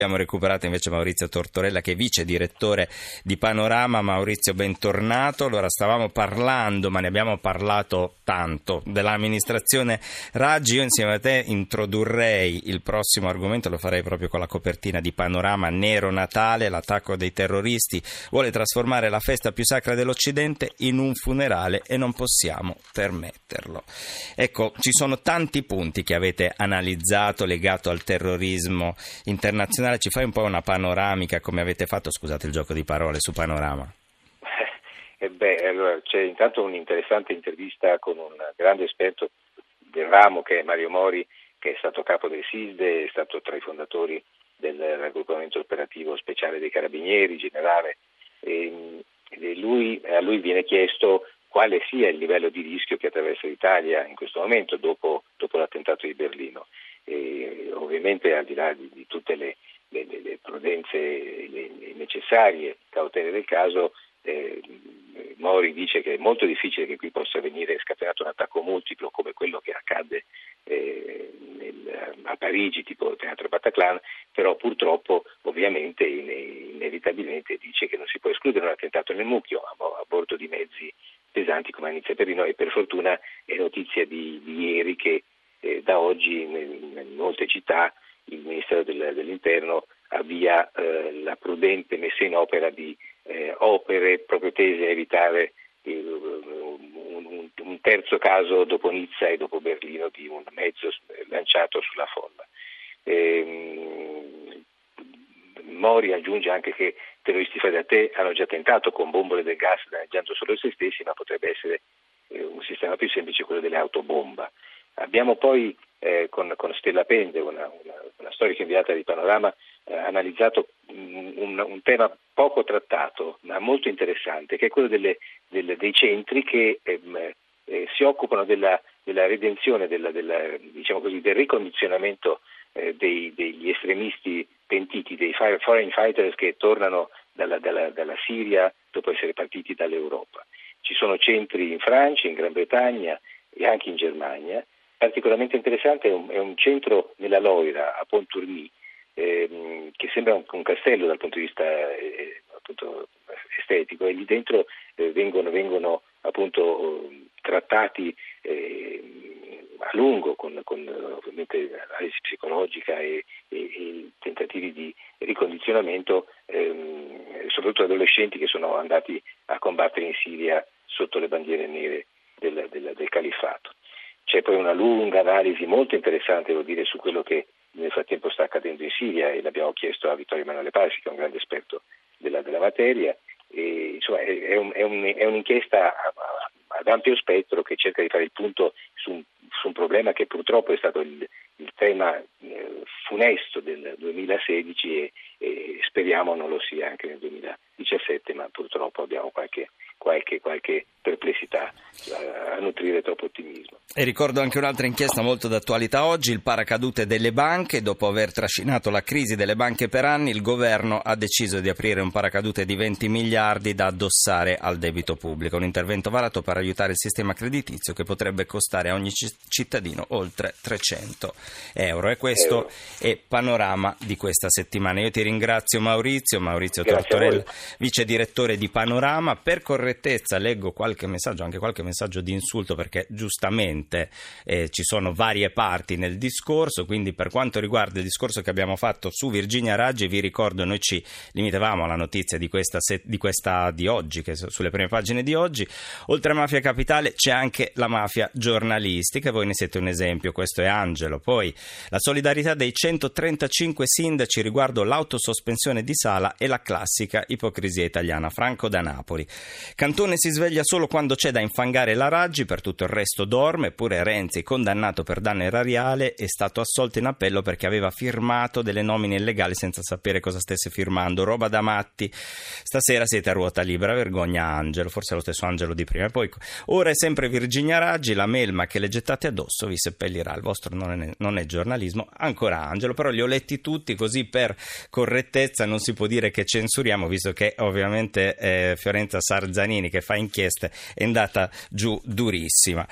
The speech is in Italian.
Abbiamo recuperato invece Maurizio Tortorella, che è vice direttore di Panorama. Maurizio, bentornato. Allora, stavamo parlando, ma ne abbiamo parlato tanto, dell'amministrazione Raggi. Io insieme a te introdurrei il prossimo argomento, lo farei proprio con la copertina di Panorama: Nero Natale, l'attacco dei terroristi vuole trasformare la festa più sacra dell'Occidente in un funerale e non possiamo permetterlo. Ecco, ci sono tanti punti che avete analizzato legato al terrorismo internazionale. Ci fai un po' una panoramica, come avete fatto, scusate il gioco di parole, su Panorama? Allora, c'è intanto un'interessante intervista con un grande esperto del ramo, che è Mario Mori, che è stato capo del SISDE, è stato tra i fondatori del raggruppamento operativo speciale dei Carabinieri, generale, e a lui viene chiesto quale sia il livello di rischio che attraversa l'Italia in questo momento dopo l'attentato di Berlino. E ovviamente, al di là di tutte le prudenze necessarie, cautele del caso, Mori dice che è molto difficile che qui possa venire scatenato un attacco multiplo come quello che accadde a Parigi, tipo Teatro Bataclan, però purtroppo, ovviamente, inevitabilmente dice che non si può escludere un attentato nel mucchio a bordo di mezzi pesanti come inizia Berlino. E per fortuna è notizia di ieri che da oggi in molte città il Ministero dell'Interno avvia la prudente messa in opera di opere proprio tese a evitare un terzo caso dopo Nizza e dopo Berlino di un mezzo lanciato sulla folla. Mori aggiunge anche che terroristi fai da te hanno già tentato con bombole del gas danneggiando solo se stessi, ma potrebbe essere un sistema più semplice, quello delle autobomba. Abbiamo poi con Stella Pende, una storica inviata di Panorama, analizzato un tema poco trattato ma molto interessante, che è quello dei centri che si occupano della redenzione, diciamo così, del ricondizionamento degli estremisti pentiti, dei foreign fighters che tornano dalla Siria dopo essere partiti dall'Europa. Ci sono centri in Francia, in Gran Bretagna e anche in Germania. Particolarmente interessante è un centro nella Loira, a Pontourny, che sembra un castello dal punto di vista appunto estetico, e lì dentro vengono appunto trattati a lungo con ovviamente analisi psicologica e tentativi di ricondizionamento, soprattutto adolescenti che sono andati a combattere in Siria sotto le bandiere nere del califfato. C'è poi una lunga analisi molto interessante, devo dire, su quello che nel frattempo sta accadendo in Siria, e l'abbiamo chiesto a Vittorio Emanuele Parsi, che è un grande esperto della materia. E, insomma, è un'inchiesta ad ampio spettro che cerca di fare il punto su un problema che purtroppo è stato il tema funesto del 2016 e speriamo non lo sia anche nel 2017, ma purtroppo abbiamo qualche perplessità a nutrire troppo ottimismo. E ricordo anche un'altra inchiesta molto d'attualità oggi: il paracadute delle banche. Dopo aver trascinato la crisi delle banche per anni, il governo ha deciso di aprire un paracadute di 20 miliardi da addossare al debito pubblico, un intervento varato per aiutare il sistema creditizio che potrebbe costare a ogni cittadino oltre 300 euro. E questo è Panorama di questa settimana. Io ti ringrazio Maurizio Tortorella, vice direttore di Panorama. Per correttezza leggo qualche messaggio, anche qualche messaggio di insulto, perché giustamente ci sono varie parti nel discorso. Quindi, per quanto riguarda il discorso che abbiamo fatto su Virginia Raggi, vi ricordo, noi ci limitavamo alla notizia di questa di oggi, che sulle prime pagine di oggi. Oltre a mafia capitale c'è anche la mafia giornalistica, voi ne siete un esempio, questo è Angelo. Poi la solidarietà dei 135 sindaci riguardo l'autosospensione di Sala e la classica ipocrisia italiana, Franco da Napoli. Cantone si sveglia solo quando c'è da infangare la Raggi, per tutto il resto dorme. Eppure Renzi, condannato per danno erariale, è stato assolto in appello perché aveva firmato delle nomine illegali senza sapere cosa stesse firmando. Roba da matti. Stasera siete a ruota libera, vergogna Angelo, forse è lo stesso Angelo di prima. E poi ora è sempre Virginia Raggi, la melma che le gettate addosso vi seppellirà. Il vostro non è giornalismo. Ancora Angelo, però li ho letti tutti, così per correttezza non si può dire che censuriamo, visto che ovviamente Fiorenza Sarzanini, che fa inchieste, è andata giù durissima.